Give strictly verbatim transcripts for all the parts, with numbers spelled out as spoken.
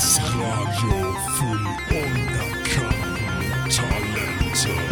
Das Radio für die unbekannten Talente.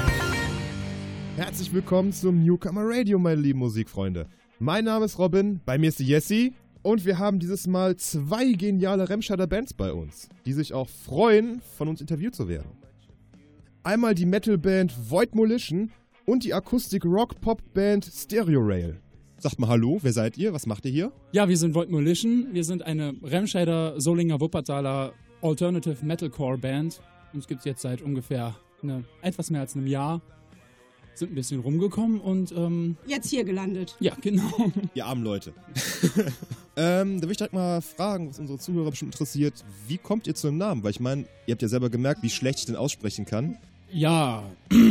Herzlich willkommen zum Newcomer Radio, meine lieben Musikfreunde. Mein Name ist Robin, bei mir ist die Jessie und wir haben dieses Mal zwei geniale Remscheider Bands bei uns, die sich auch freuen, von uns interviewt zu werden. Einmal die Metalband Voidmolition und die Akustik-Rock-Pop-Band Stereo Rail. Sagt mal Hallo, wer seid ihr? Was macht ihr hier? Ja, wir sind Voidmolition. Wir sind eine Remscheider, Solinger, Wuppertaler Alternative Metalcore Band. Uns gibt es jetzt seit ungefähr eine, etwas mehr als einem Jahr. Sind ein bisschen rumgekommen und ähm, jetzt hier gelandet. Ja, genau. Ihr armen Leute. ähm, da will ich direkt mal fragen, was unsere Zuhörer bestimmt interessiert. Wie kommt ihr zu einem Namen? Weil ich meine, ihr habt ja selber gemerkt, wie schlecht ich den aussprechen kann. Ja,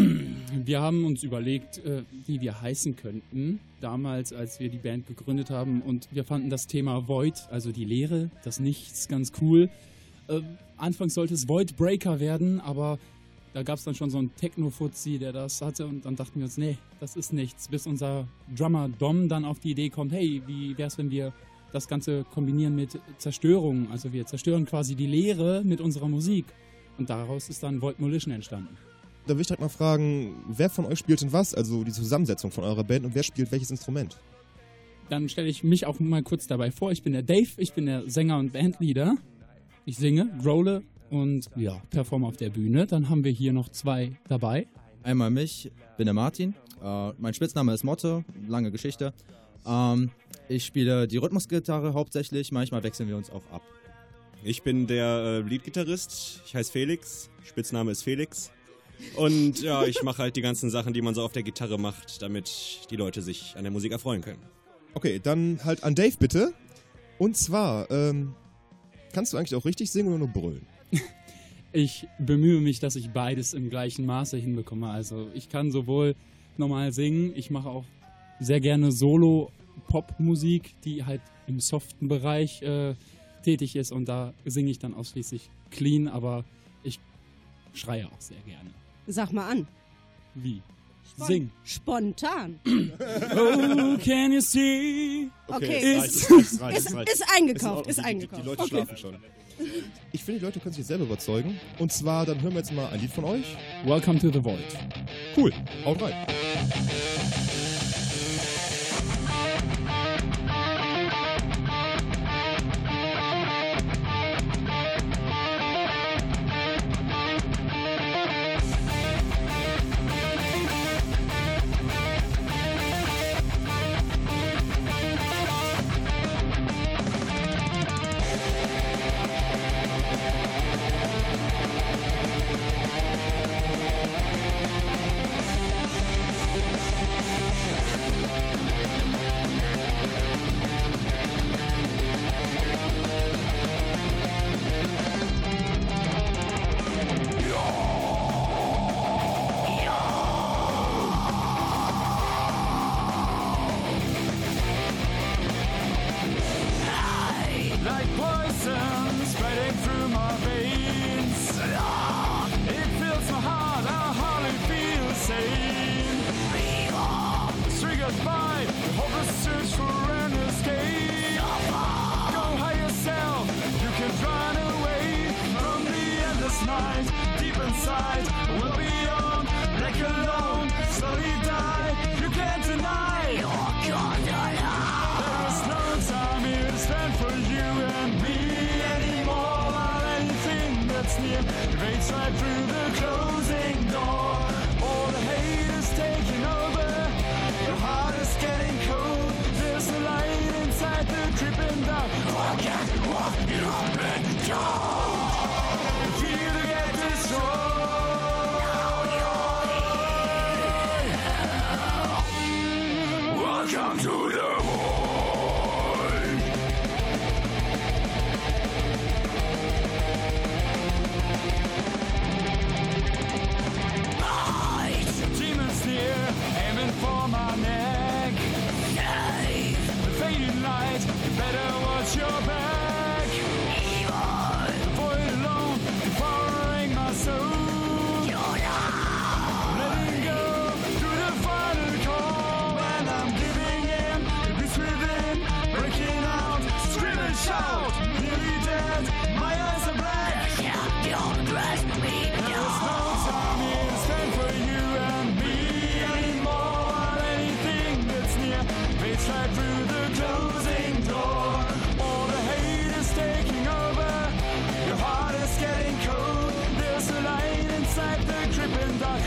wir haben uns überlegt, äh, wie wir heißen könnten, damals, als wir die Band gegründet haben. Und wir fanden das Thema Void, also die Leere, das Nichts, ganz cool. Äh, anfangs sollte es Void Breaker werden, aber da gab es dann schon so einen Techno-Fuzzi, der das hatte. Und dann dachten wir uns, nee, das ist nichts. Bis unser Drummer Dom dann auf die Idee kommt, hey, wie wär's, wenn wir das Ganze kombinieren mit Zerstörung? Also wir zerstören quasi die Leere mit unserer Musik. Und daraus ist dann Voidmolition entstanden. Da will ich direkt mal fragen, wer von euch spielt denn was? Also die Zusammensetzung von eurer Band und wer spielt welches Instrument? Dann stelle ich mich auch mal kurz dabei vor. Ich bin der Dave, ich bin der Sänger und Bandleader. Ich singe, growle und ja, performe auf der Bühne. Dann haben wir hier noch zwei dabei. Einmal mich, bin der Martin. Äh, mein Spitzname ist Motte, lange Geschichte. Ähm, ich spiele die Rhythmusgitarre hauptsächlich, manchmal wechseln wir uns auch ab. Ich bin der äh, Leadgitarrist, ich heiße Felix, Spitzname ist Felix. Und ja, ich mache halt die ganzen Sachen, die man so auf der Gitarre macht, damit die Leute sich an der Musik erfreuen können. Okay, dann halt an Dave bitte. Und zwar, ähm, kannst du eigentlich auch richtig singen oder nur brüllen? Ich bemühe mich, dass ich beides im gleichen Maße hinbekomme. Also ich kann sowohl normal singen, ich mache auch sehr gerne Solo-Pop-Musik, die halt im soften Bereich äh, tätig ist. Und da singe ich dann ausschließlich clean, aber ich schreie auch sehr gerne. Sag mal an. Wie? Spon- Sing. Spontan. Oh, can you see? Okay, es ist, reicht, es reicht, ist, es reicht. ist eingekauft, Es ist in Ordnung, die, eingekauft. Die, die Leute Okay. schlafen schon. Ich finde, die Leute können sich selber überzeugen. Und zwar, dann hören wir jetzt mal ein Lied von euch. Welcome to the Void. Cool, haut rein.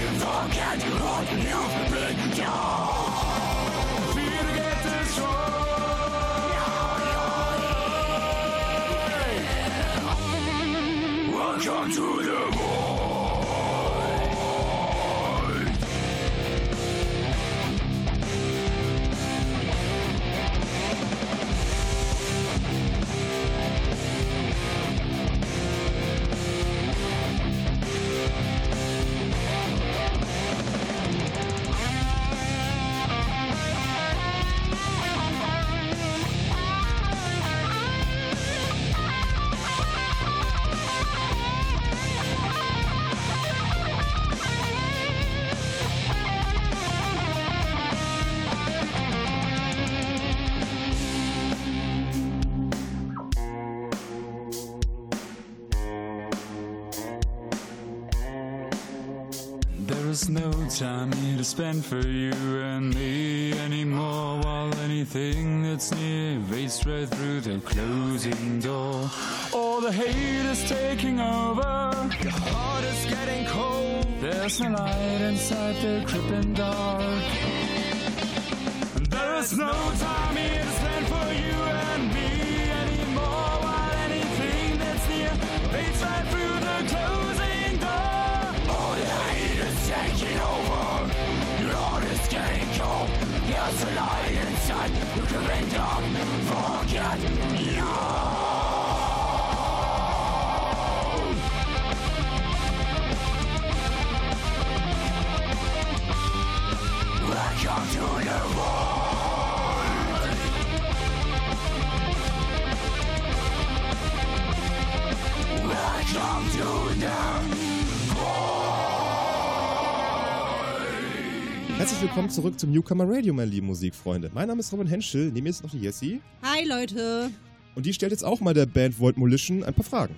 Welcome to the There's no time here to spend for you and me anymore, while anything that's near fades straight through the closing door. All the hate is taking over, your heart is getting cold. There's no light inside the creeping dark. And there is no time here to spend for you and me anymore, while anything that's near fades right through the closing door. All the hate is taking over, your heart is getting cold. There's a light inside the creeping dark. Forget you. Welcome to the world. Welcome to the Herzlich willkommen zurück zum Newcomer Radio, meine lieben Musikfreunde. Mein Name ist Robin Henschel, neben mir ist noch die Jessie. Hi Leute. Und die stellt jetzt auch mal der Band Void Molition ein paar Fragen.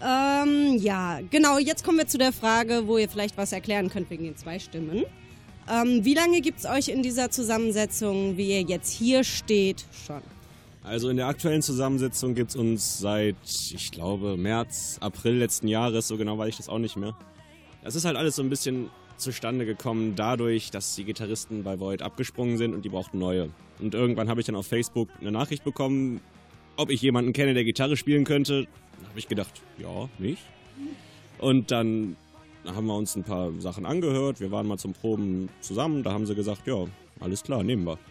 Ähm, ja, genau, jetzt kommen wir zu der Frage, wo ihr vielleicht was erklären könnt wegen den zwei Stimmen. Ähm, wie lange gibt's euch in dieser Zusammensetzung, wie ihr jetzt hier steht, schon? Also in der aktuellen Zusammensetzung gibt es uns seit, ich glaube, März, April letzten Jahres, so genau weiß ich das auch nicht mehr. Das ist halt alles so ein bisschen zustande gekommen dadurch, dass die Gitarristen bei Void abgesprungen sind und die brauchten neue. Und irgendwann habe ich dann auf Facebook eine Nachricht bekommen, ob ich jemanden kenne, der Gitarre spielen könnte. Da habe ich gedacht, ja, nicht. Und dann haben wir uns ein paar Sachen angehört, wir waren mal zum Proben zusammen, da haben sie gesagt, ja, alles klar, nehmen wir.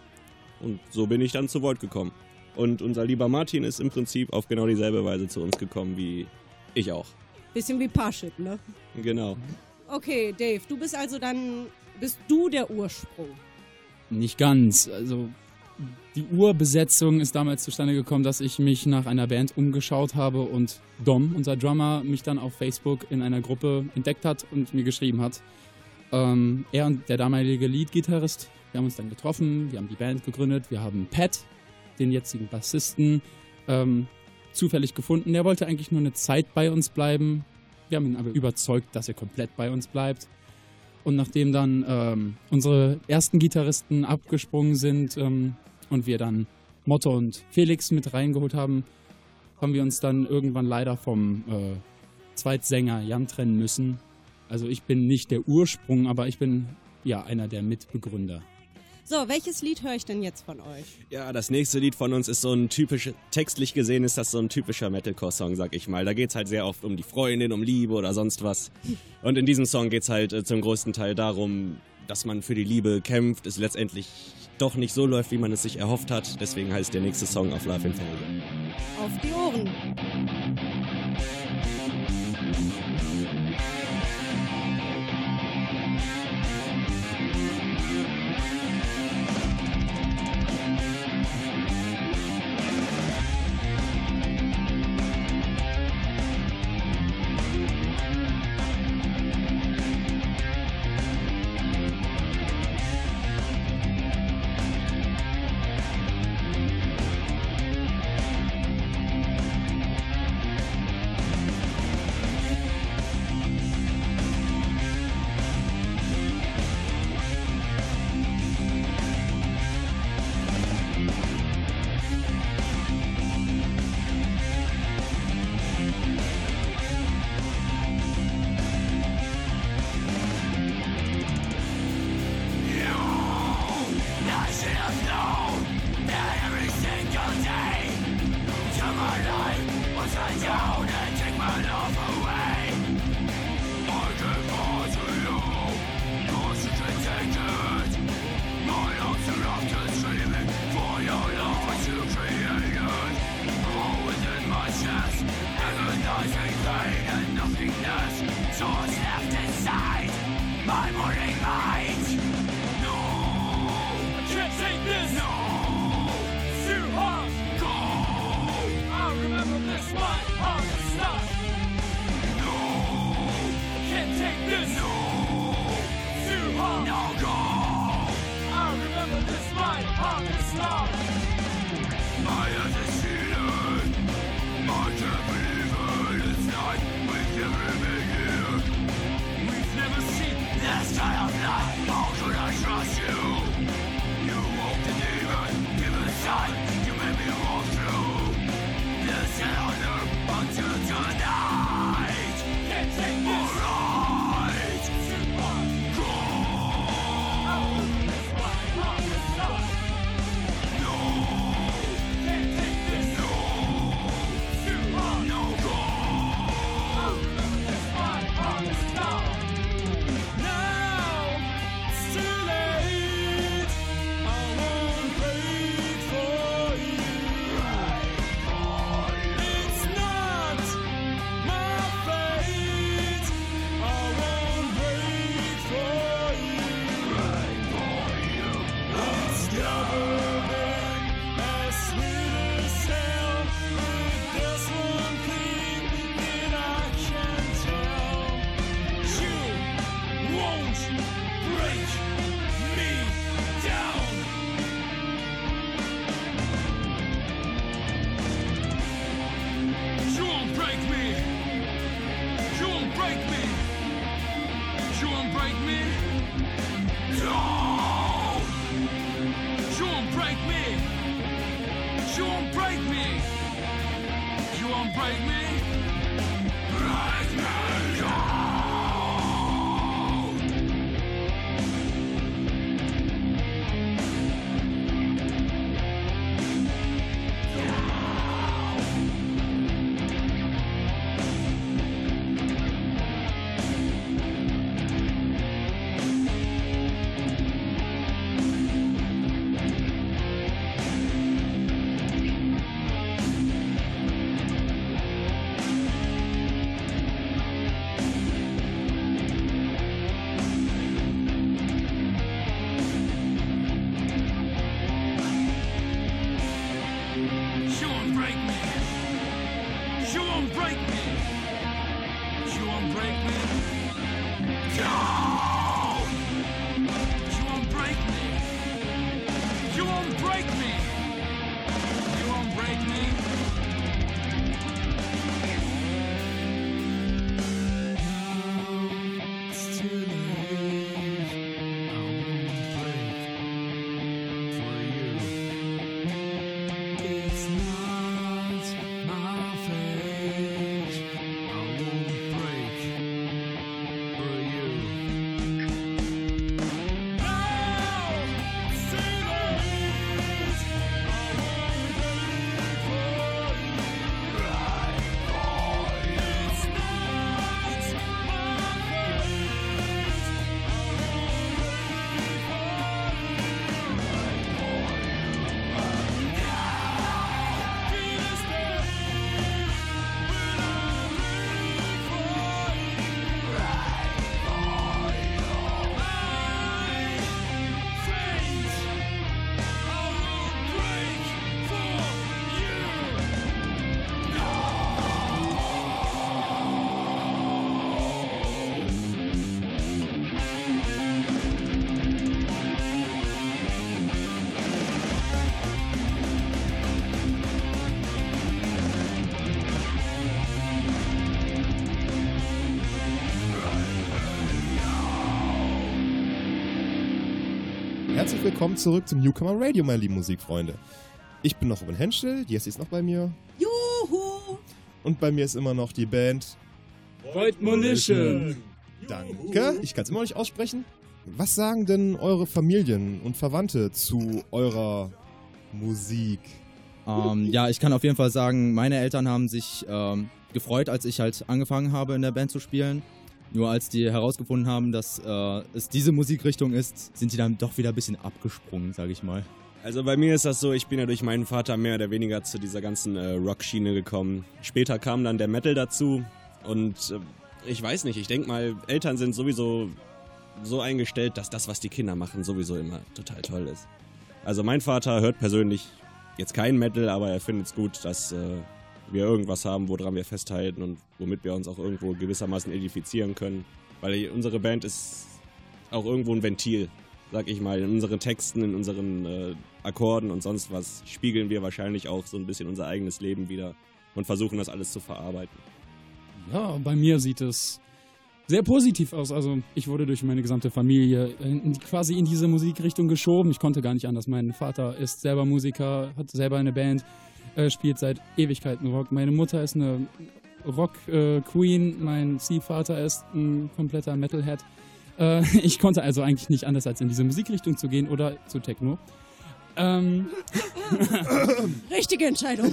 Und so bin ich dann zu Void gekommen. Und unser lieber Martin ist im Prinzip auf genau dieselbe Weise zu uns gekommen wie ich auch. Bisschen wie Parship, ne? Genau. Okay, Dave, du bist also dann, bist du der Ursprung? Nicht ganz. Also die Urbesetzung ist damals zustande gekommen, dass ich mich nach einer Band umgeschaut habe und Dom, unser Drummer, mich dann auf Facebook in einer Gruppe entdeckt hat und mir geschrieben hat. Ähm, er und der damalige Lead-Gitarrist, wir haben uns dann getroffen, wir haben die Band gegründet, wir haben Pat, den jetzigen Bassisten, ähm, zufällig gefunden. Der wollte eigentlich nur eine Zeit bei uns bleiben. Wir haben ihn aber überzeugt, dass er komplett bei uns bleibt. Und nachdem dann ähm, unsere ersten Gitarristen abgesprungen sind ähm, und wir dann Motto und Felix mit reingeholt haben, haben wir uns dann irgendwann leider vom äh, Zweitsänger Jan trennen müssen. Also ich bin nicht der Ursprung, aber ich bin ja einer der Mitbegründer. So, welches Lied höre ich denn jetzt von euch? Ja, das nächste Lied von uns ist so ein typisch, textlich gesehen ist das so ein typischer Metalcore-Song, sag ich mal. Da geht's halt sehr oft um die Freundin, um Liebe oder sonst was. Und in diesem Song geht's halt äh, zum größten Teil darum, dass man für die Liebe kämpft, es letztendlich doch nicht so läuft, wie man es sich erhofft hat. Deswegen heißt der nächste Song Auf Love in Failure. Auf die Ohren! burning mind. No, I can't take this. No, it's too hard. Go. I remember this one on the start. No, I can't take this. No, it's too hard. No, go. I remember this one on the start. I have this feeling. I can't believe it. It's not. We can remain here. We've never seen this kind of life. How could I trust you? You woke the demon. Give it time. You made me walk through this hell until tonight. Can't take this. Alright. Go. This life on the start. No. Can't take this. No. Too hard. No. Go. This life on the start. Now it's too late. I won't wait for you. It's not my fate. I won't wait for you. It's never been as sweet as hell. But there's one thing that I can tell. You won't break me down. You won't break me. You won't break me. You won't break me. No. You won't break me. You won't break me. You won't break me. Break me down. You won't break me. You won't break me. You won't break me. No. You won't break me. You won't break me. You won't break me. It's too late. I won't break for you. It's not my fate. I won't break for you. Now it's too late. I won't break for you. Right for you. It's not my fate. I won't break for you. Right for you. Be this day when I break for you. Right for you. My fate. I won't break for you. Herzlich willkommen zurück zum Newcomer Radio, meine lieben Musikfreunde. Ich bin noch Robin Henschel, Jessie ist noch bei mir. Juhu! Und bei mir ist immer noch die Band. Void Munition. Danke, ich kann es immer noch nicht aussprechen. Was sagen denn eure Familien und Verwandte zu eurer Musik? Ähm, ja, ich kann auf jeden Fall sagen, meine Eltern haben sich ähm, gefreut, als ich halt angefangen habe, in der Band zu spielen. Nur als die herausgefunden haben, dass äh, es diese Musikrichtung ist, sind die dann doch wieder ein bisschen abgesprungen, sage ich mal. Also bei mir ist das so, ich bin ja durch meinen Vater mehr oder weniger zu dieser ganzen äh, Rock-Schiene gekommen. Später kam dann der Metal dazu und äh, ich weiß nicht, ich denke mal, Eltern sind sowieso so eingestellt, dass das, was die Kinder machen, sowieso immer total toll ist. Also mein Vater hört persönlich jetzt kein Metal, aber er findet es gut, dass äh, wir irgendwas haben, woran wir festhalten und womit wir uns auch irgendwo gewissermaßen identifizieren können. Weil unsere Band ist auch irgendwo ein Ventil, sag ich mal. In unseren Texten, in unseren äh, Akkorden und sonst was spiegeln wir wahrscheinlich auch so ein bisschen unser eigenes Leben wieder und versuchen das alles zu verarbeiten. Ja, bei mir sieht es sehr positiv aus. Also ich wurde durch meine gesamte Familie in, quasi in diese Musikrichtung geschoben. Ich konnte gar nicht anders. Mein Vater ist selber Musiker, hat selber eine Band, äh, spielt seit Ewigkeiten Rock. Meine Mutter ist eine Rock-Queen, äh, mein Ziehvater ist ein kompletter Metalhead. Äh, ich konnte also eigentlich nicht anders, als in diese Musikrichtung zu gehen oder zu Techno. Ähm. Richtige Entscheidung.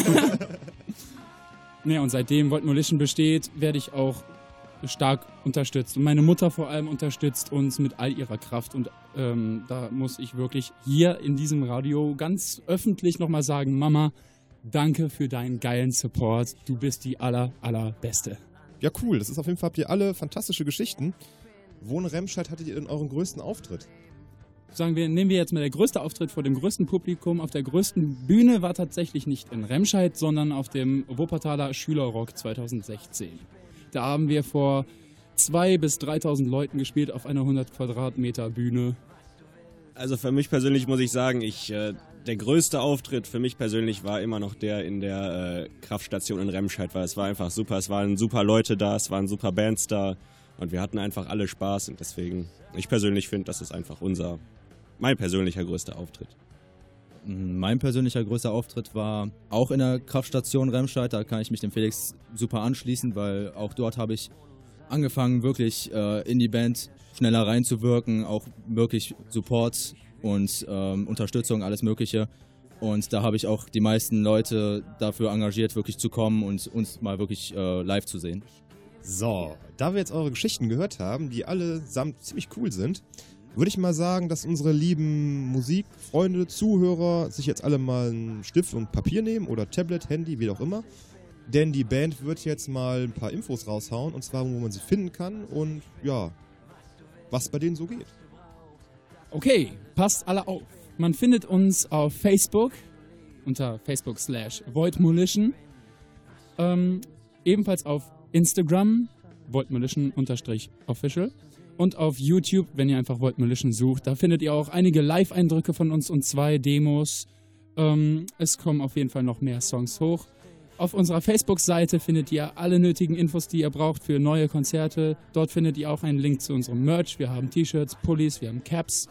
Ja, und seitdem Voltmolition besteht, werde ich auch stark unterstützt. Und meine Mutter vor allem unterstützt uns mit all ihrer Kraft. Und ähm, da muss ich wirklich hier in diesem Radio ganz öffentlich nochmal sagen, Mama, danke für deinen geilen Support. Du bist die aller, allerbeste. Ja, cool. Das ist auf jeden Fall, habt ihr alle fantastische Geschichten. Wo in Remscheid hattet ihr denn euren größten Auftritt? Sagen wir, nehmen wir jetzt mal der größte Auftritt vor dem größten Publikum auf der größten Bühne war tatsächlich nicht in Remscheid, sondern auf dem Wuppertaler Schülerrock zweitausendsechzehn. Da haben wir vor zweitausend bis dreitausend Leuten gespielt auf einer hundert Quadratmeter Bühne. Also für mich persönlich muss ich sagen, ich, äh, der größte Auftritt für mich persönlich war immer noch der in der äh, Kraftstation in Remscheid, weil es war einfach super, es waren super Leute da, es waren super Bands da und wir hatten einfach alle Spaß und deswegen, ich persönlich finde, das ist einfach unser, mein persönlicher größter Auftritt. Mein persönlicher größter Auftritt war auch in der Kraftstation Remscheid. Da kann ich mich dem Felix super anschließen, weil auch dort habe ich angefangen, wirklich äh, in die Band schneller reinzuwirken, auch wirklich Support und ähm, Unterstützung, alles Mögliche. Und da habe ich auch die meisten Leute dafür engagiert, wirklich zu kommen und uns mal wirklich äh, live zu sehen. So, da wir jetzt eure Geschichten gehört haben, die allesamt ziemlich cool sind, würde ich mal sagen, dass unsere lieben Musikfreunde, Zuhörer sich jetzt alle mal einen Stift und Papier nehmen oder Tablet, Handy, wie auch immer. Denn die Band wird jetzt mal ein paar Infos raushauen, und zwar, wo man sie finden kann und ja, was bei denen so geht. Okay, passt alle auf. Man findet uns auf Facebook unter Facebook slash Voltmolition. Ähm, ebenfalls auf Instagram Voltmolition unterstrich official. Und auf YouTube, wenn ihr einfach Voltmolition sucht, da findet ihr auch einige Live-Eindrücke von uns und zwei Demos. Ähm, es kommen auf jeden Fall noch mehr Songs hoch. Auf unserer Facebook-Seite findet ihr alle nötigen Infos, die ihr braucht für neue Konzerte. Dort findet ihr auch einen Link zu unserem Merch. Wir haben T-Shirts, Pullis, wir haben Caps.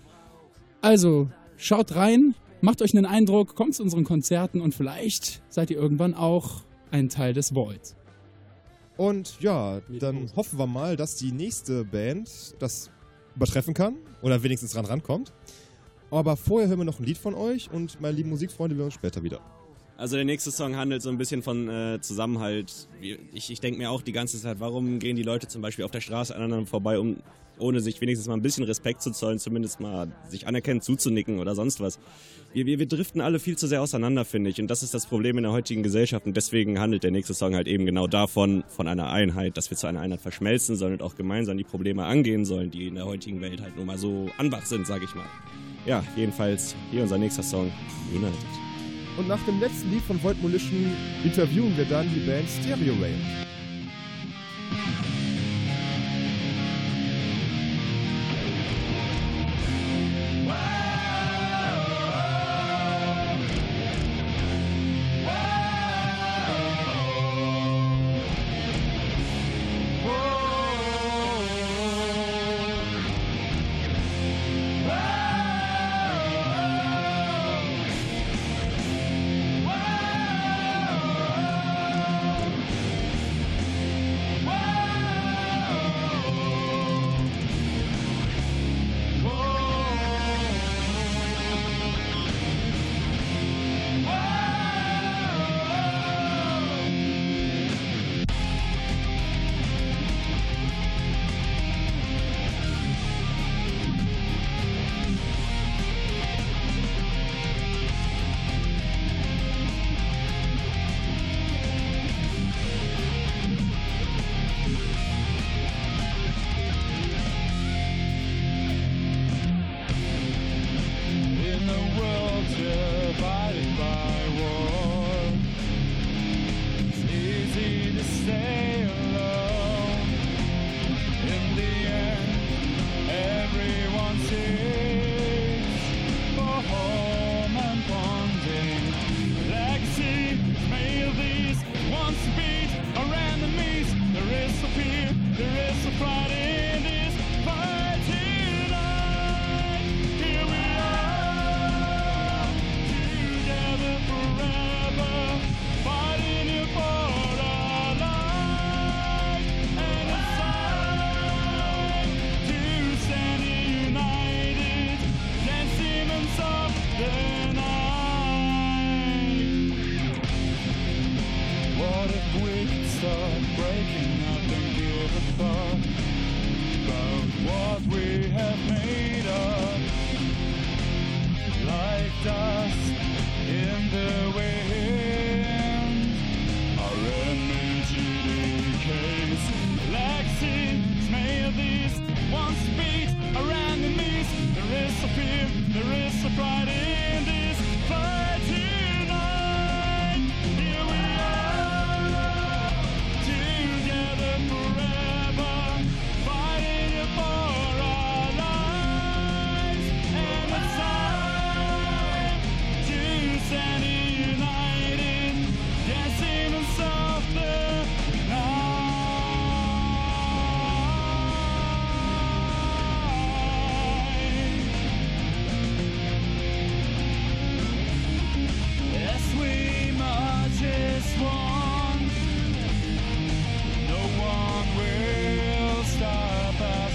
Also, schaut rein, macht euch einen Eindruck, kommt zu unseren Konzerten und vielleicht seid ihr irgendwann auch ein Teil des Void. Und ja, dann hoffen wir mal, dass die nächste Band das übertreffen kann oder wenigstens dran rankommt. Aber vorher hören wir noch ein Lied von euch und meine lieben Musikfreunde, wir hören uns später wieder. Also der nächste Song handelt so ein bisschen von äh, Zusammenhalt. Ich, ich denke mir auch die ganze Zeit, warum gehen die Leute zum Beispiel auf der Straße aneinander vorbei, um ohne sich wenigstens mal ein bisschen Respekt zu zollen, zumindest mal sich anerkennend zuzunicken oder sonst was. Wir, wir, wir driften alle viel zu sehr auseinander, finde ich. Und das ist das Problem in der heutigen Gesellschaft. Und deswegen handelt der nächste Song halt eben genau davon, von einer Einheit, dass wir zu einer Einheit verschmelzen sollen und auch gemeinsam die Probleme angehen sollen, die in der heutigen Welt halt nur mal so anwach sind, sag ich mal. Ja, jedenfalls hier unser nächster Song, United. Und nach dem letzten Lied von Voltmolition interviewen wir dann die Band Stereo Rail. the night. What if we could start breaking up and give a thought about what we have made of, like dust in the wind. Our energy decays like seeds made of these. Once beat our enemies. There is a fear, there is a pride in this fight tonight. Here we are, together forever, fighting for our lives. And it's time to stand united, dancing on softer night. As we march as one, no one will stop us.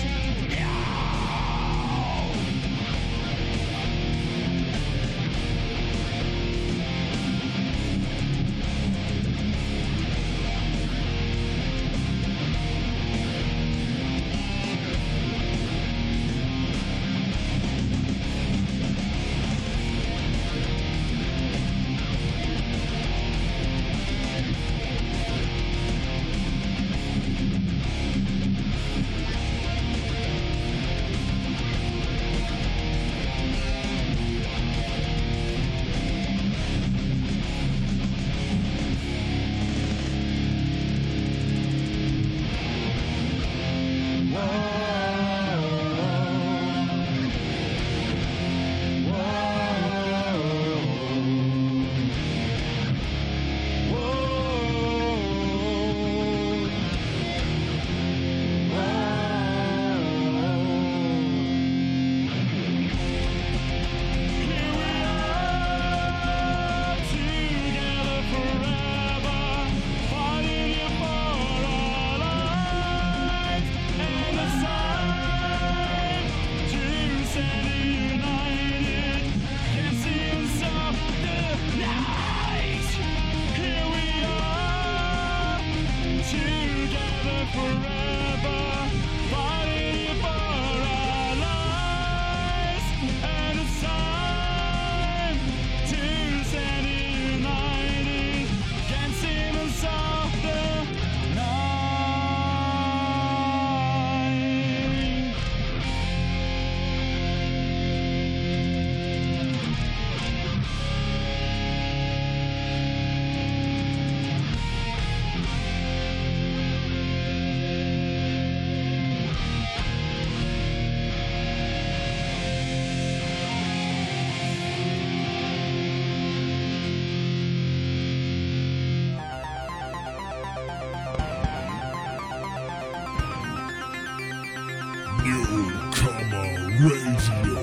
Radio,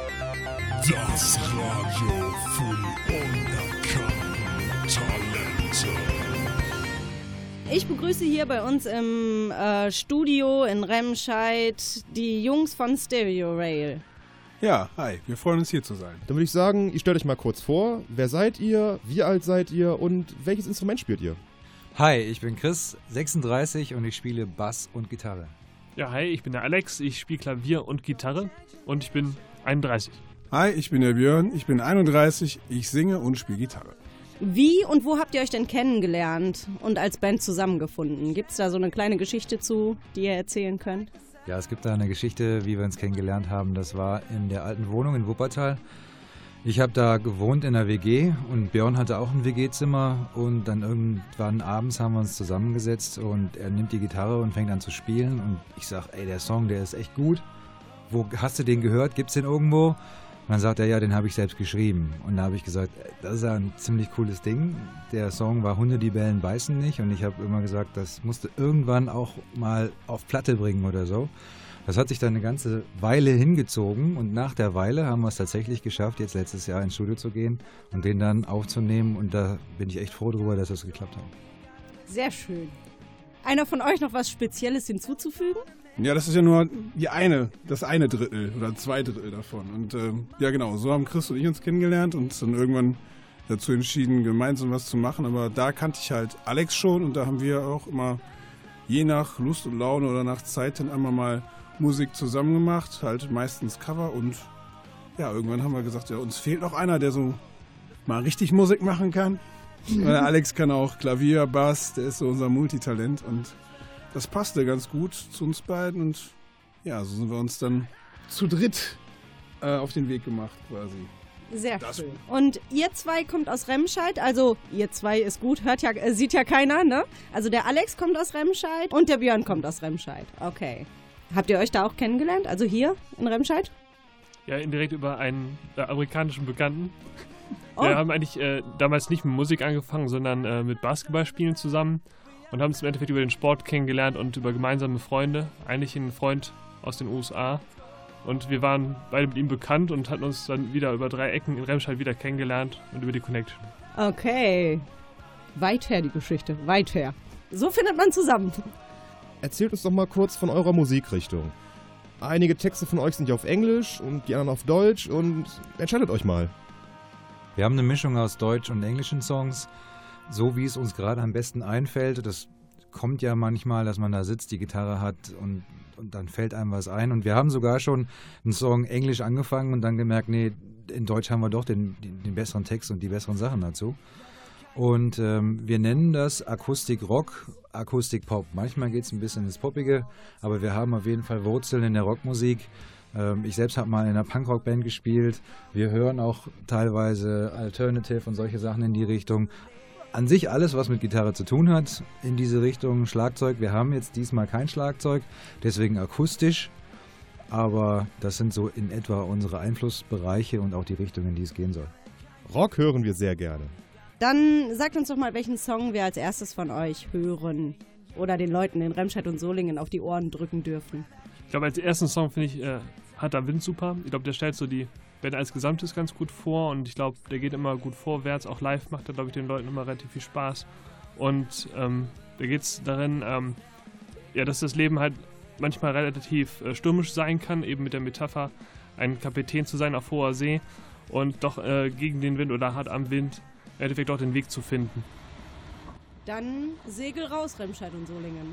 das Radio für die unerkannten Talente. Ich begrüße hier bei uns im äh, Studio in Remscheid die Jungs von Stereo Rail. Ja, hi, wir freuen uns hier zu sein. Dann würde ich sagen, ich stelle euch mal kurz vor. Wer seid ihr, wie alt seid ihr und welches Instrument spielt ihr? Hi, ich bin Chris, sechsunddreißig und ich spiele Bass und Gitarre. Ja, hi, ich bin der Alex, ich spiele Klavier und Gitarre und ich bin einunddreißig. Hi, ich bin der Björn, ich bin einunddreißig, ich singe und spiele Gitarre. Wie und wo habt ihr euch denn kennengelernt und als Band zusammengefunden? Gibt es da so eine kleine Geschichte zu, die ihr erzählen könnt? Ja, es gibt da eine Geschichte, wie wir uns kennengelernt haben. Das war in der alten Wohnung in Wuppertal. Ich habe da gewohnt in einer W G und Björn hatte auch ein W G-Zimmer und dann irgendwann abends haben wir uns zusammengesetzt und er nimmt die Gitarre und fängt an zu spielen und ich sage, ey, der Song, der ist echt gut. Wo hast du den gehört? Gibt's den irgendwo? Und dann sagt er, ja, den habe ich selbst geschrieben. Und da habe ich gesagt, das ist ja ein ziemlich cooles Ding. Der Song war Hunde, die bellen, beißen nicht. Und ich habe immer gesagt, das musst du irgendwann auch mal auf Platte bringen oder so. Das hat sich dann eine ganze Weile hingezogen. Und nach der Weile haben wir es tatsächlich geschafft, jetzt letztes Jahr ins Studio zu gehen und den dann aufzunehmen. Und da bin ich echt froh darüber, dass das geklappt hat. Sehr schön. Einer von euch noch was Spezielles hinzuzufügen? Ja, das ist ja nur die eine, das eine Drittel oder zwei Drittel davon. Und ähm, ja genau, so haben Chris und ich uns kennengelernt und dann irgendwann dazu entschieden, gemeinsam was zu machen. Aber da kannte ich halt Alex schon und da haben wir auch immer je nach Lust und Laune oder nach Zeit dann einmal mal Musik zusammen gemacht, halt meistens Cover und ja, irgendwann haben wir gesagt, ja, uns fehlt noch einer, der so mal richtig Musik machen kann. Weil Alex kann auch Klavier, Bass, der ist so unser Multitalent und das passte ganz gut zu uns beiden und ja, so sind wir uns dann zu dritt äh, auf den Weg gemacht quasi. Sehr das schön. Und ihr zwei kommt aus Remscheid, also ihr zwei ist gut, hört ja, äh, sieht ja keiner, ne? Also der Alex kommt aus Remscheid und der Björn kommt aus Remscheid. Okay. Habt ihr euch da auch kennengelernt, also hier in Remscheid? Ja, indirekt über einen äh, amerikanischen Bekannten. Oh. Wir haben eigentlich äh, damals nicht mit Musik angefangen, sondern äh, mit Basketballspielen zusammen und haben es im Endeffekt über den Sport kennengelernt und über gemeinsame Freunde. Eigentlich ein Freund aus den U S A. Und wir waren beide mit ihm bekannt und hatten uns dann wieder über drei Ecken in Remscheid wieder kennengelernt und über die Connection. Okay. Weit her die Geschichte, weit her. So findet man zusammen. Erzählt uns doch mal kurz von eurer Musikrichtung. Einige Texte von euch sind ja auf Englisch und die anderen auf Deutsch und entscheidet euch mal. Wir haben eine Mischung aus deutsch- und englischen Songs, so wie es uns gerade am besten einfällt. Das kommt ja manchmal, dass man da sitzt, die Gitarre hat und, und dann fällt einem was ein. Und wir haben sogar schon einen Song englisch angefangen und dann gemerkt, nee, in Deutsch haben wir doch den, den, den besseren Text und die besseren Sachen dazu. Und ähm, wir nennen das Akustik-Rock, Akustik-Pop. Manchmal geht es ein bisschen ins Poppige, aber wir haben auf jeden Fall Wurzeln in der Rockmusik. Ähm, ich selbst habe mal in einer Punkrock-Band gespielt. Wir hören auch teilweise Alternative und solche Sachen in die Richtung. An sich alles, was mit Gitarre zu tun hat, in diese Richtung. Schlagzeug, wir haben jetzt diesmal kein Schlagzeug, deswegen akustisch. Aber das sind so in etwa unsere Einflussbereiche und auch die Richtung, in die es gehen soll. Rock hören wir sehr gerne. Dann sagt uns doch mal, welchen Song wir als erstes von euch hören oder den Leuten in Remscheid und Solingen auf die Ohren drücken dürfen. Ich glaube, als ersten Song finde ich äh, Harter Wind super. Ich glaube, der stellt so die Band als Gesamtes ganz gut vor und ich glaube, der geht immer gut vorwärts. Auch live macht er, glaube ich, den Leuten immer relativ viel Spaß. Und ähm, da geht es darin, ähm, ja, dass das Leben halt manchmal relativ äh, stürmisch sein kann, eben mit der Metapher, ein Kapitän zu sein auf hoher See und doch äh, gegen den Wind oder hart am Wind im Endeffekt auch den Weg zu finden. Dann Segel raus, Remscheid und Solingen.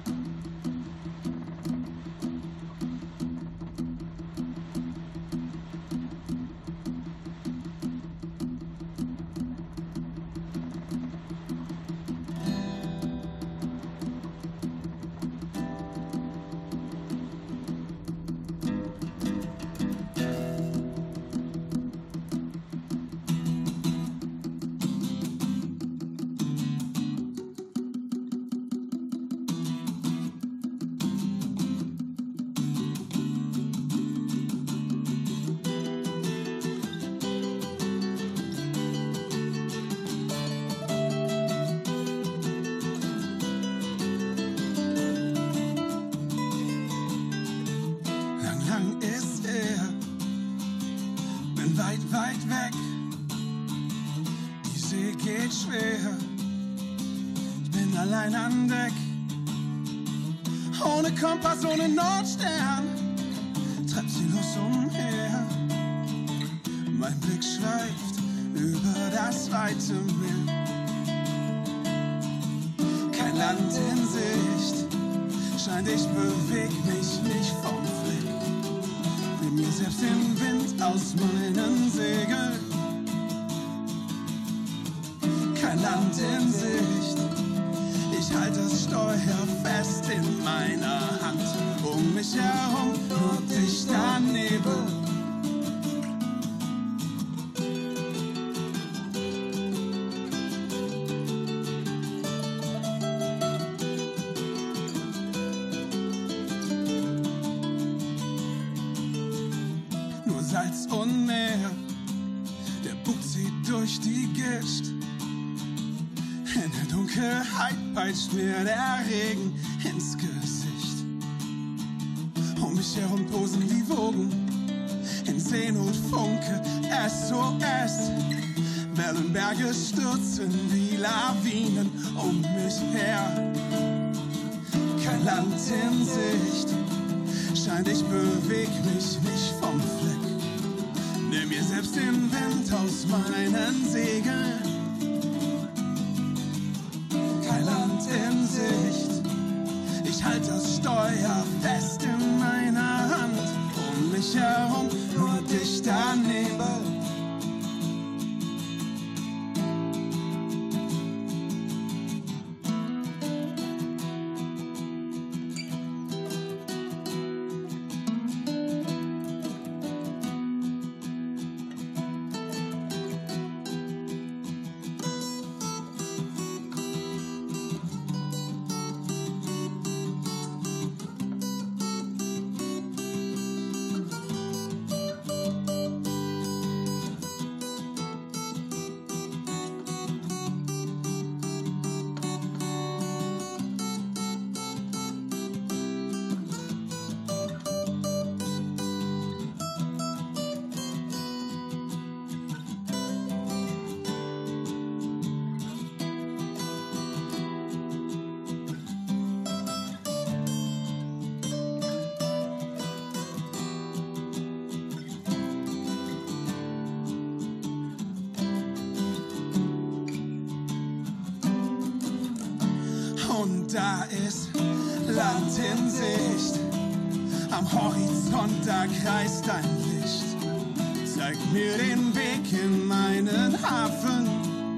Weit, weit weg, die See geht schwer, ich bin allein an Deck, ohne Kompass, ohne Nordstern, treibt sie los umher, mein Blick schweift über das weite Meer, kein Land in Sicht, scheint ich beweg mich nicht vom Fleck. Mir selbst den Wind aus meinen Segeln. Kein Land in Sicht. Ich halte das Steuer fest in meiner Hand. Um mich herum nur dichter Nebel. Salz und Meer, der Bug zieht durch die Gischt. In der Dunkelheit peitscht mir der Regen ins Gesicht. Um mich herum posen die Wogen, in Seenot funke S O S. Wellenberge stürzen wie Lawinen um mich her. Kein Land in Sicht, scheint, ich beweg mich nicht vom Fleck. Nimm mir selbst den Wind aus meinen Segeln. Kein Land in Sicht. Ich halte das Steuer fest in meiner Hand. Um mich herum nur dichter Nebel. Und da ist Land in Sicht. Am Horizont, da kreist ein Licht. Zeigt mir den Weg in meinen Hafen.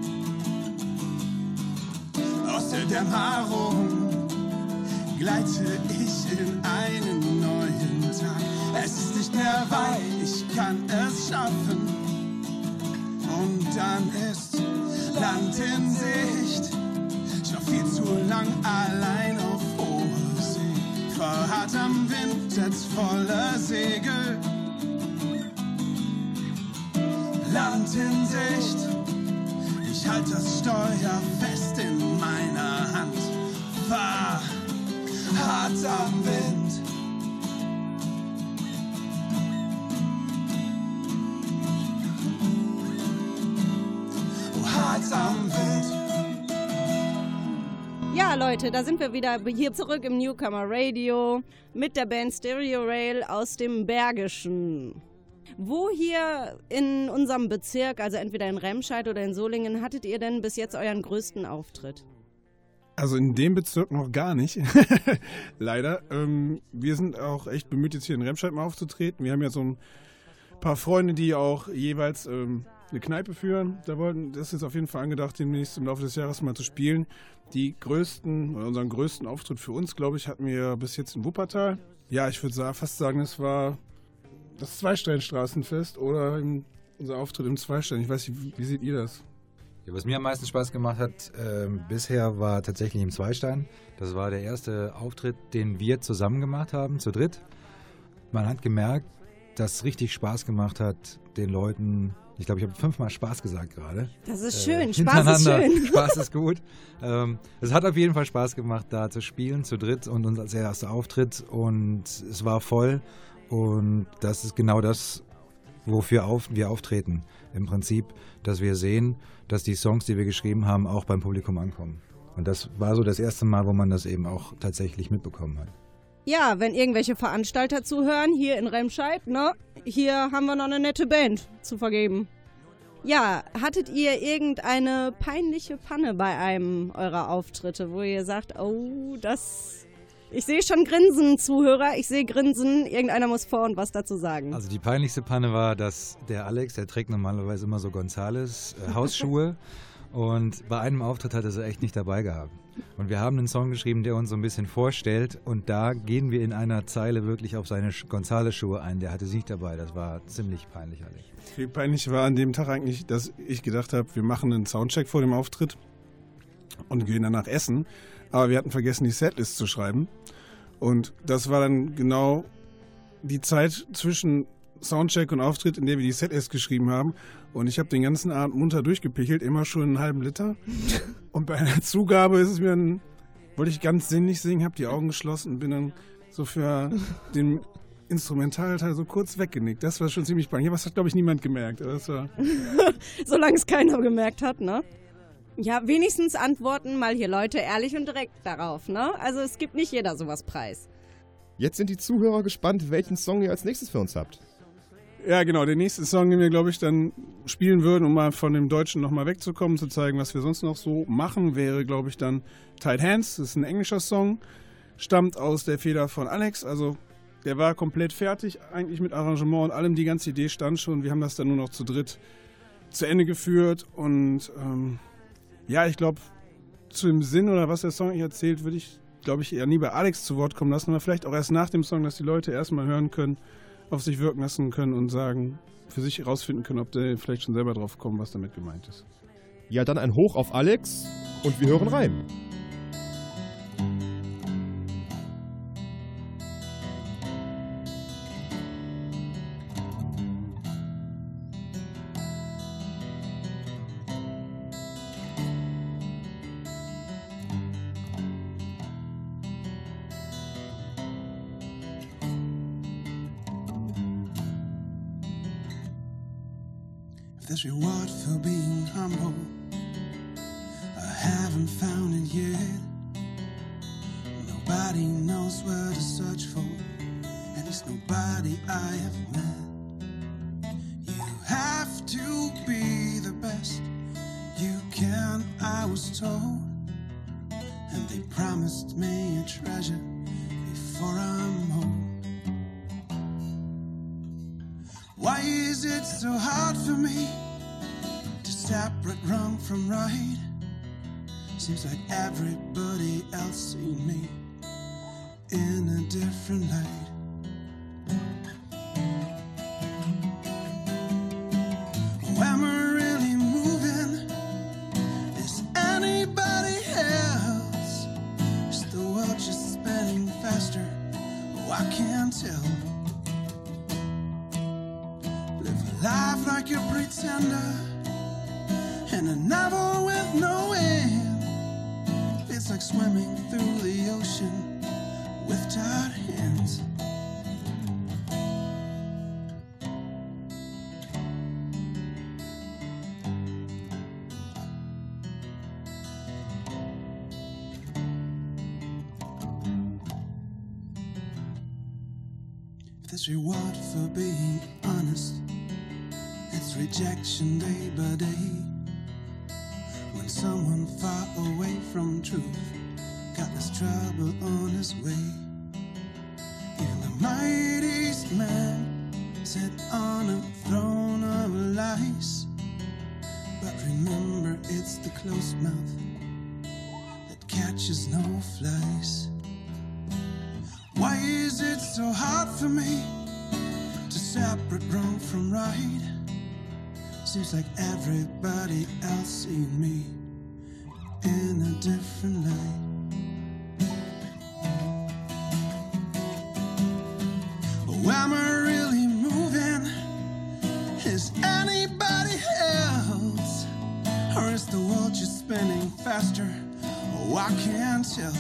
Aus der Dämmerung gleite ich in einen neuen Tag. Es ist nicht mehr weit, ich kann es schaffen. Und dann ist Land in Sicht. Ich war viel zu lang allein auf hoher See. Verharrt am Wind, setzt volle Segel. Land in Sicht. Ich halte das Steuer fest in meiner Hand. Fahr hart am Wind. Oh, hart am Wind. Ja, Leute, da sind wir wieder hier zurück im Newcomer Radio mit der Band Stereo Rail aus dem Bergischen. Wo hier in unserem Bezirk, also entweder in Remscheid oder in Solingen, hattet ihr denn bis jetzt euren größten Auftritt? Also in dem Bezirk noch gar nicht, leider. Ähm, wir sind auch echt bemüht, jetzt hier in Remscheid mal aufzutreten. Wir haben ja so ein paar Freunde, die auch jeweils ähm, eine Kneipe führen. Da wollten, das ist jetzt auf jeden Fall angedacht, demnächst im Laufe des Jahres mal zu spielen. Die größten, oder unseren größten Auftritt für uns, glaube ich, hatten wir bis jetzt in Wuppertal. Ja, ich würde fast sagen, es war das Zweisteinstraßenfest oder unser Auftritt im Zweistein. Ich weiß nicht, wie, wie seht ihr das? Ja, was mir am meisten Spaß gemacht hat äh, bisher war tatsächlich im Zweistein. Das war der erste Auftritt, den wir zusammen gemacht haben, zu dritt. Man hat gemerkt, dass es richtig Spaß gemacht hat, den Leuten, ich glaube, ich habe fünfmal Spaß gesagt gerade. Das ist schön, äh, Spaß ist schön. Spaß ist gut. Ähm, es hat auf jeden Fall Spaß gemacht, da zu spielen, zu dritt und uns als erster Auftritt. Und es war voll und das ist genau das, wofür auf, wir auftreten. Im Prinzip, dass wir sehen, dass die Songs, die wir geschrieben haben, auch beim Publikum ankommen. Und das war so das erste Mal, wo man das eben auch tatsächlich mitbekommen hat. Ja, wenn irgendwelche Veranstalter zuhören, hier in Remscheid, ne? Hier haben wir noch eine nette Band zu vergeben. Ja, hattet ihr irgendeine peinliche Panne bei einem eurer Auftritte, wo ihr sagt, oh, das... Ich sehe schon Grinsen, Zuhörer, ich sehe Grinsen, irgendeiner muss vor und was dazu sagen. Also die peinlichste Panne war, dass der Alex, der trägt normalerweise immer so Gonzales äh, Hausschuhe und bei einem Auftritt hat er sie echt nicht dabei gehabt. Und wir haben einen Song geschrieben, der uns so ein bisschen vorstellt und da gehen wir in einer Zeile wirklich auf seine Gonzales-Schuhe ein. Der hatte sie nicht dabei, das war ziemlich peinlich eigentlich. Viel peinlich war an dem Tag eigentlich, dass ich gedacht habe, wir machen einen Soundcheck vor dem Auftritt und gehen danach essen. Aber wir hatten vergessen, die Setlist zu schreiben. Und das war dann genau die Zeit zwischen Soundcheck und Auftritt, in der wir die Setlist geschrieben haben. Und ich habe den ganzen Abend munter durchgepichelt, immer schon einen halben Liter. Und bei einer Zugabe ist es mir dann, wollte ich ganz sinnlich singen, habe die Augen geschlossen und bin dann so für den Instrumentalteil so kurz weggenickt. Das war schon ziemlich peinlich. Aber das hat, glaube ich, niemand gemerkt. Das war Solange es keiner gemerkt hat, ne? Ja, wenigstens antworten mal hier Leute ehrlich und direkt darauf, ne? Also es gibt nicht jeder sowas preis. Jetzt sind die Zuhörer gespannt, welchen Song ihr als nächstes für uns habt. Ja, genau. Der nächste Song, den wir, glaube ich, dann spielen würden, um mal von dem Deutschen nochmal wegzukommen, zu zeigen, was wir sonst noch so machen, wäre, glaube ich, dann Tight Hands. Das ist ein englischer Song, stammt aus der Feder von Alex. Also der war komplett fertig, eigentlich mit Arrangement und allem. Die ganze Idee stand schon. Wir haben das dann nur noch zu dritt zu Ende geführt. Und ähm, ja, ich glaube, zu dem Sinn oder was der Song eigentlich erzählt, würde ich, glaube ich, eher nie bei Alex zu Wort kommen lassen. Aber vielleicht auch erst nach dem Song, dass die Leute erstmal hören können, auf sich wirken lassen können und sagen, für sich herausfinden können, ob der vielleicht schon selber drauf kommen, was damit gemeint ist. Ja, dann ein Hoch auf Alex und wir hören rein. This reward for being humble, I haven't found it yet. Nobody knows where to search for, and it's nobody I have met. You have to be the best you can, I was told, and they promised me a treasure before I'm old. Why is it so hard for me to separate wrong from right? Seems like everybody else seen me in a different light. Oh, am I really moving? Is anybody else? Is the world just spinning faster? Oh, I can't tell. Life like a pretender in a novel with no end. It's like swimming through the ocean with tired hands. This reward for being honest, it's rejection day by day. When someone far away from truth got this trouble on his way. Even the mightiest man sit on a throne of lies. But remember, it's the closed mouth that catches no flies. Why is it so hard for me to separate wrong from right? Seems like everybody else seen me in a different light. Oh, am I really moving? Is anybody else? Or is the world just spinning faster? Oh, I can't tell.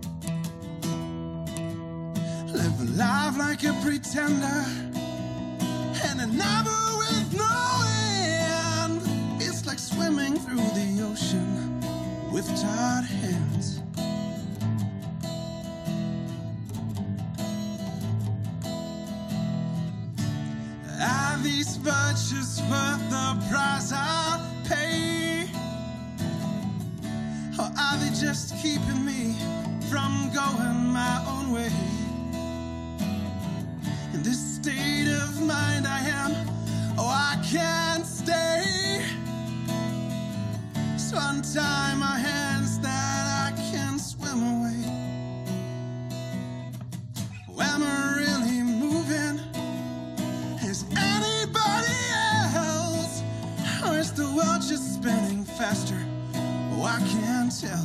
Live a life like a pretender and a novel with no end. It's like swimming through the ocean with tired hands. Are these virtues worth the price I pay? Or are they just keeping me from going my own way? In this state of mind I am, oh, I can't stay. So untie my hands that I can swim away. Oh, am I really moving? Is anybody else? Or is the world just spinning faster? Oh, I can't tell.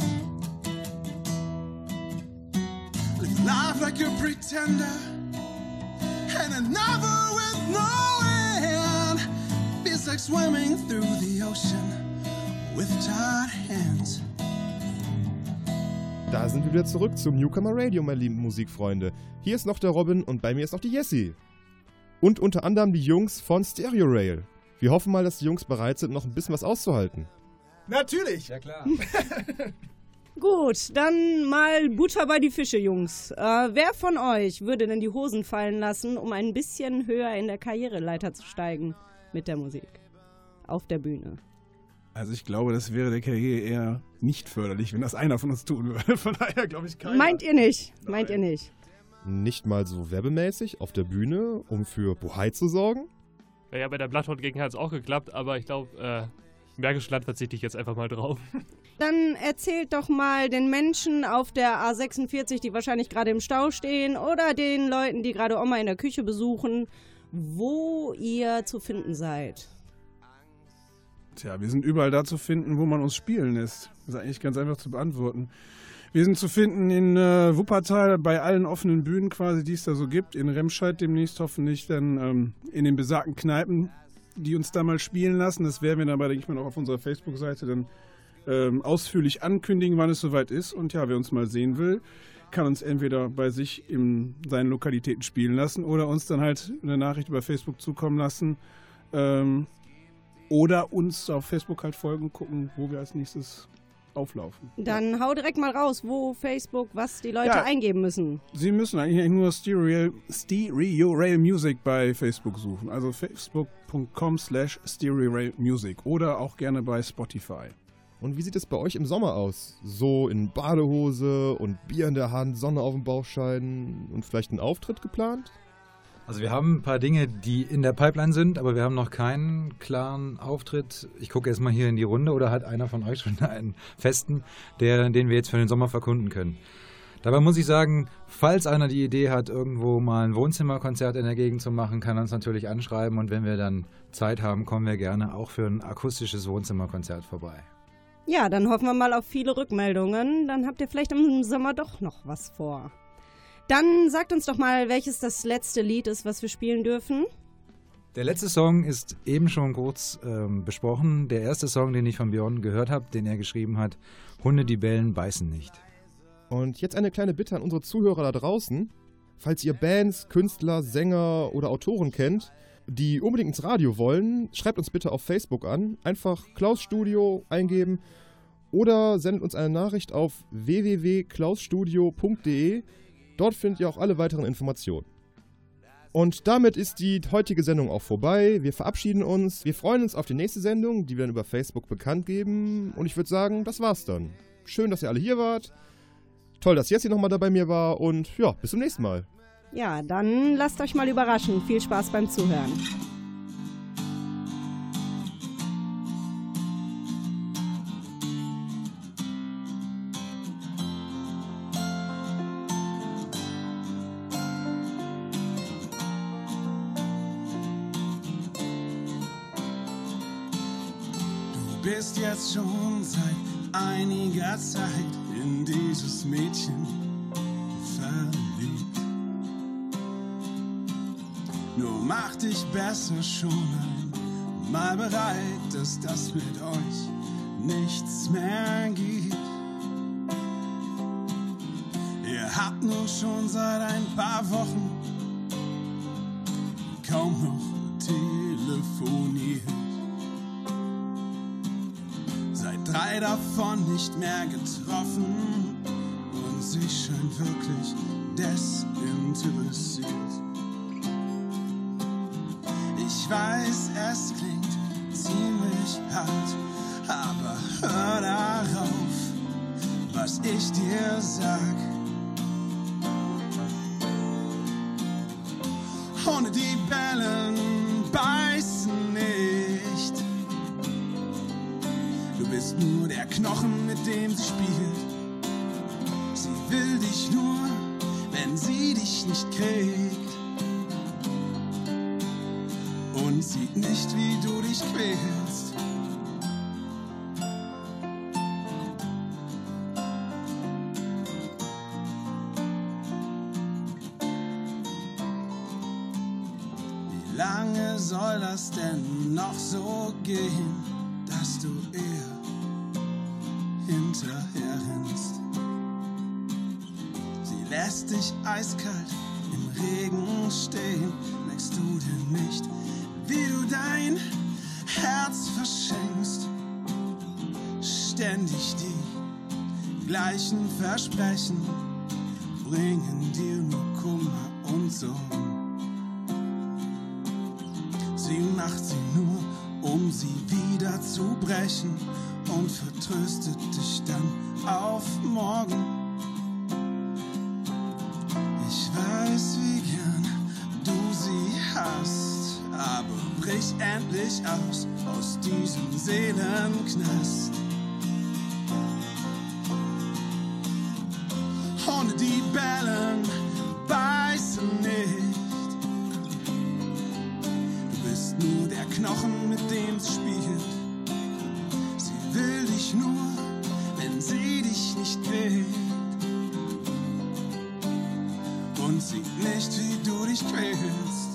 Live life like a pretender and a novel with no end. Feels like swimming through the ocean with tired hands. Da sind wir wieder zurück zum Newcomer Radio, meine lieben Musikfreunde. Hier ist noch der Robin und bei mir ist noch die Jessie. Und unter anderem die Jungs von Stereo Rail. Wir hoffen mal, dass die Jungs bereit sind, noch ein bisschen was auszuhalten. Natürlich! Ja, klar. Gut, dann mal Butter bei die Fische, Jungs. Äh, wer von euch würde denn die Hosen fallen lassen, um ein bisschen höher in der Karriereleiter zu steigen mit der Musik auf der Bühne? Also ich glaube, das wäre der Karriere eher nicht förderlich, wenn das einer von uns tun würde. Von daher glaube ich keiner. Meint ihr nicht? Nein. Meint ihr nicht? Nicht mal so werbemäßig auf der Bühne, um für Bohai zu sorgen? Ja, bei der Bloodhound gegen hat es auch geklappt, aber ich glaube, äh, im Bergischen Land verzichte ich jetzt einfach mal drauf. Dann erzählt doch mal den Menschen auf der A sechsundvierzig, die wahrscheinlich gerade im Stau stehen, oder den Leuten, die gerade Oma in der Küche besuchen, wo ihr zu finden seid. Tja, wir sind überall da zu finden, wo man uns spielen lässt. Das ist eigentlich ganz einfach zu beantworten. Wir sind zu finden in äh, Wuppertal bei allen offenen Bühnen quasi, die es da so gibt. In Remscheid demnächst hoffentlich dann ähm, in den besagten Kneipen, die uns da mal spielen lassen. Das werden wir dann aber, denke ich mal, auch auf unserer Facebook-Seite dann ähm, ausführlich ankündigen, wann es soweit ist. Und ja, wer uns mal sehen will, kann uns entweder bei sich in seinen Lokalitäten spielen lassen oder uns dann halt eine Nachricht über Facebook zukommen lassen. Ähm, oder uns auf Facebook halt folgen, gucken, wo wir als nächstes auflaufen. Dann hau direkt mal raus, wo Facebook, was die Leute Ja. eingeben müssen. Sie müssen eigentlich nur Stereo, Stereo Rail Music bei Facebook suchen. Also facebook.com slash Stereo Rail Music oder auch gerne bei Spotify. Und wie sieht es bei euch im Sommer aus? So in Badehose und Bier in der Hand, Sonne auf dem Bauch scheinen und vielleicht ein Auftritt geplant? Also wir haben ein paar Dinge, die in der Pipeline sind, aber wir haben noch keinen klaren Auftritt. Ich gucke jetzt mal hier in die Runde, oder hat einer von euch schon einen festen, der, den wir jetzt für den Sommer verkunden können? Dabei muss ich sagen, falls einer die Idee hat, irgendwo mal ein Wohnzimmerkonzert in der Gegend zu machen, kann er uns natürlich anschreiben, und wenn wir dann Zeit haben, kommen wir gerne auch für ein akustisches Wohnzimmerkonzert vorbei. Ja, dann hoffen wir mal auf viele Rückmeldungen. Dann habt ihr vielleicht im Sommer doch noch was vor. Dann sagt uns doch mal, welches das letzte Lied ist, was wir spielen dürfen. Der letzte Song ist eben schon kurz ähm, besprochen. Der erste Song, den ich von Björn gehört habe, den er geschrieben hat, Hunde, die bellen, beißen nicht. Und jetzt eine kleine Bitte an unsere Zuhörer da draußen. Falls ihr Bands, Künstler, Sänger oder Autoren kennt, die unbedingt ins Radio wollen, schreibt uns bitte auf Facebook an. Einfach Klaus Studio eingeben oder sendet uns eine Nachricht auf w w w punkt klaus studio punkt d e. Dort findet ihr auch alle weiteren Informationen. Und damit ist die heutige Sendung auch vorbei. Wir verabschieden uns. Wir freuen uns auf die nächste Sendung, die wir dann über Facebook bekannt geben. Und ich würde sagen, das war's dann. Schön, dass ihr alle hier wart. Toll, dass Jessie nochmal da bei mir war. Und ja, bis zum nächsten Mal. Ja, dann lasst euch mal überraschen. Viel Spaß beim Zuhören. Du bist jetzt schon seit einiger Zeit in dieses Mädchen verliebt. Nur mach dich besser schon einmal bereit, dass das mit euch nichts mehr gibt. Ihr habt nun schon seit ein paar Wochen kaum noch telefoniert. Drei davon nicht mehr getroffen und sie scheint wirklich desinteressiert. Ich weiß, es klingt ziemlich hart, aber hör darauf, was ich dir sag. Hunde, die bellen, beißen nicht. Du bist nur der Knochen, mit dem sie spielt. Sie will dich nur, wenn sie dich nicht kriegt. Und sieht nicht, wie du dich quälst. Wie lange soll das denn noch so gehen, dass du ihr hinterher rennst? Sie lässt dich eiskalt im Regen stehen. Merkst du denn nicht, wie du dein Herz verschenkst? Ständig die gleichen Versprechen bringen dir nur Kummer und Sorgen. Sie macht sie nur, um sie wieder zu brechen und vertröstet dich dann auf morgen. Ich weiß, wie gern du sie hast, aber brich endlich aus, aus diesem Seelenknast. Hunde, die bellen, beißen nicht. Du bist nur der Knochen, mit dem es spielt. Sie will dich nur, wenn sie dich nicht quält. Und sieht nicht, wie du dich quälst.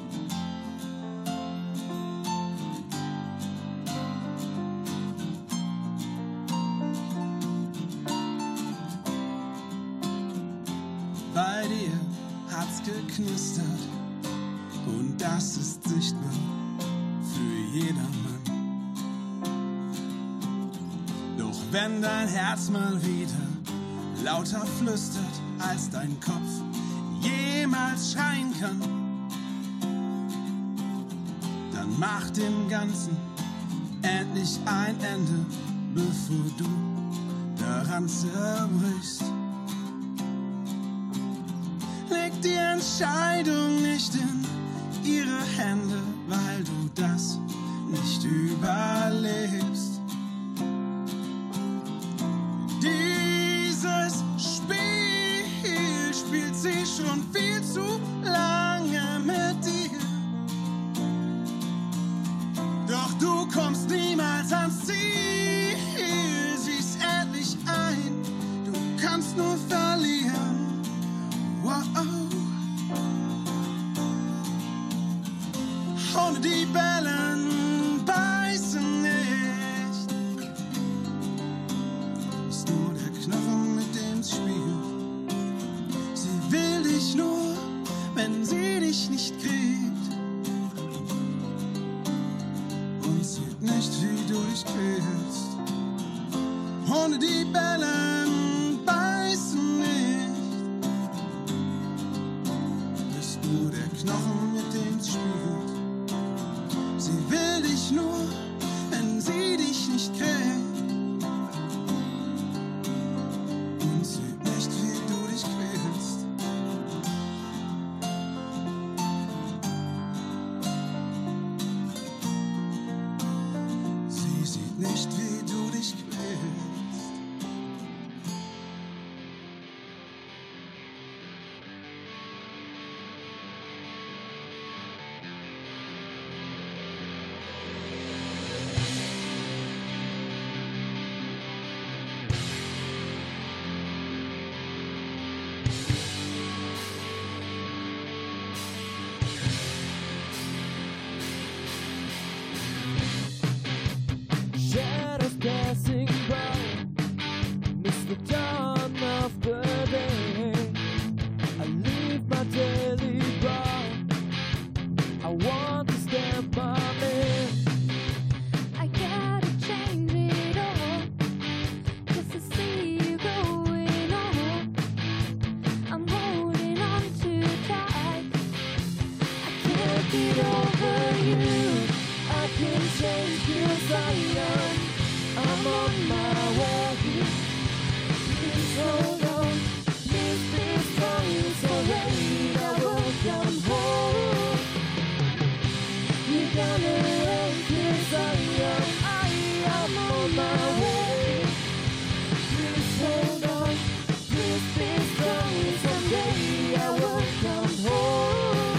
Bei dir hat's geknistert und das ist sichtbar für jedermann. Doch wenn dein Herz mal wieder lauter flüstert, als dein Kopf jemals schreien kann, dann mach dem Ganzen endlich ein Ende, bevor du daran zerbrichst. Leg die Entscheidung nicht in ihre Hände, weil du das nicht überlebst. Dieses Spiel spielt sie schon viel zu lange mit dir. Doch du kommst niemals ans Ziel. Sieh's endlich ein, du kannst nur verlieren. Wow. Hunde, die bellen, beißen nicht. Ist nur der Knochen, mit dem es spielt. Sie will dich nur, wenn sie dich nicht kriegt. Und sieht nicht, wie du dich quälst. Hunde, die bellen, beißen nicht. Bist nur der Knochen, mit dem es spielt. Sie will dich nur, wenn sie dich nicht kriegt. Und sieht nicht, wie du dich quälst. Sie sieht nicht, wie du dich quälst. Shadows passing by, miss the dawn of the day. I leave my daily bar, I want to stand by me. I gotta change it all, just to see you going on. I'm holding on too tight, I can't get over you. I can change 'cause I am, I'm on my way. Please hold on, please be strong, it's alright, I will come home. You're gonna run 'cause I am, I am on my way. Please hold on, please be strong, someday I will come home.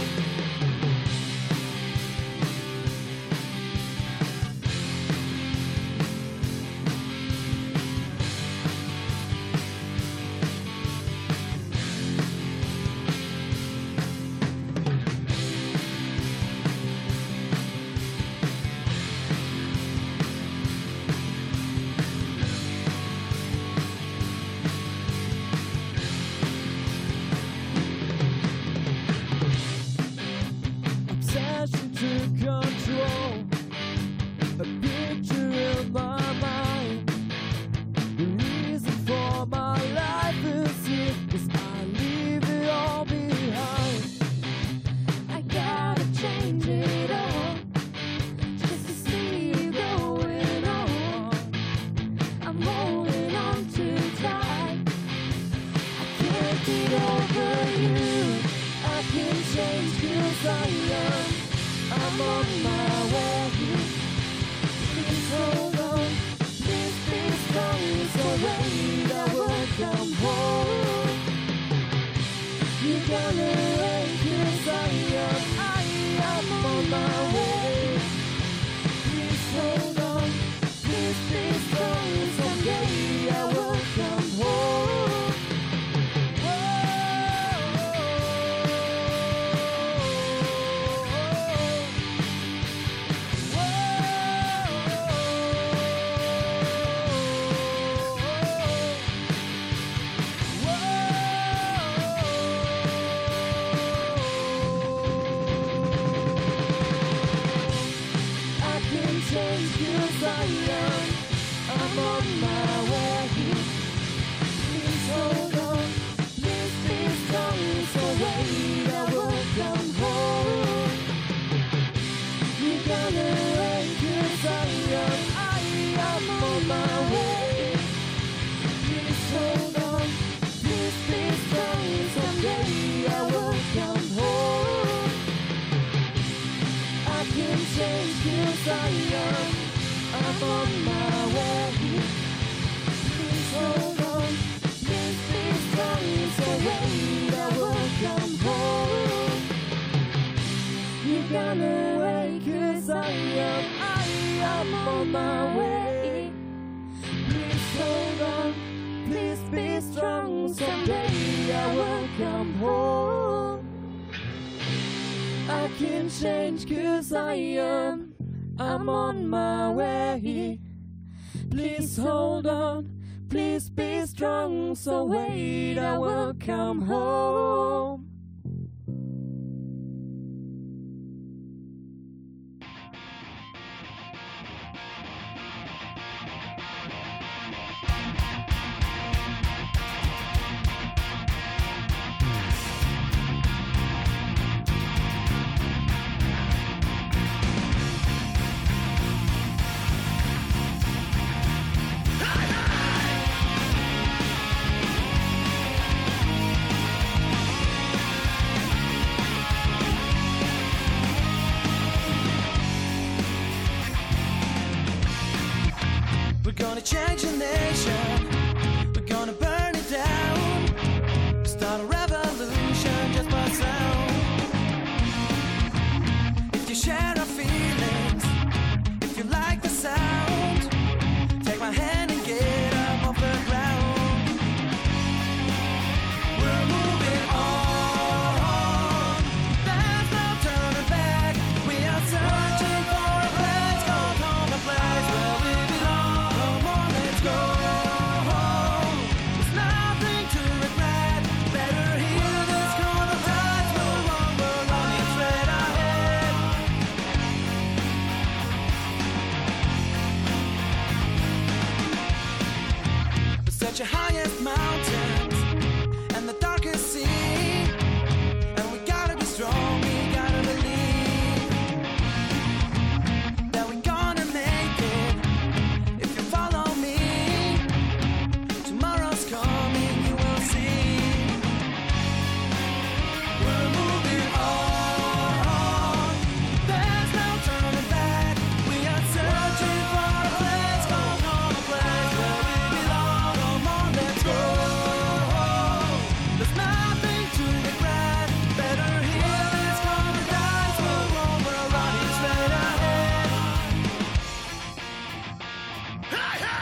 can change 'cause I am. I'm on my way. Please hold on, please be strong. So wait, I will come home. You're gonna wait 'cause I am. I am on my way. Please hold on, please be strong. Someday I will come home. I can change 'cause I am. I'm on my way. Please hold on, please be strong. So wait, I will come home. We're gonna change the nation. We're gonna burn it down. Start a revolution just by sound. If you share our feelings, if you like the sound, take my hand and get up off the ground. We're moving on. There's no turning back. We are searching for a place called home, a place where we belong. Go. There's nothing to regret. Better hear this call of tides no longer running straight ahead. We set your highest mountains and the darkest sea, and we gotta be strong. We gotta believe that we're gonna make it. If you follow me, tomorrow's coming, you will see. We're moving on. There's no turning back. We are searching for a place called home, a place where we belong. Come on, let's go. There's nothing to regret. Better hear this call of tides no longer running straight ahead. Hey, hey!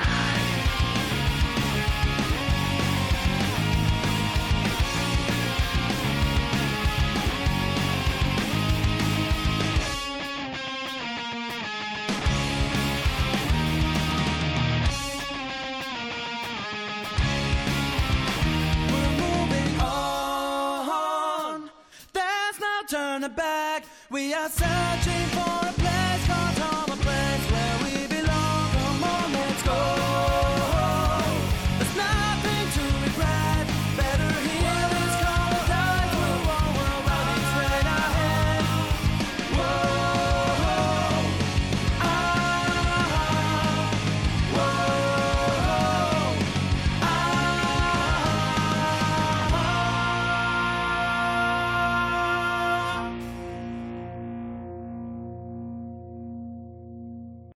We're moving on. There's no turning back. We are searching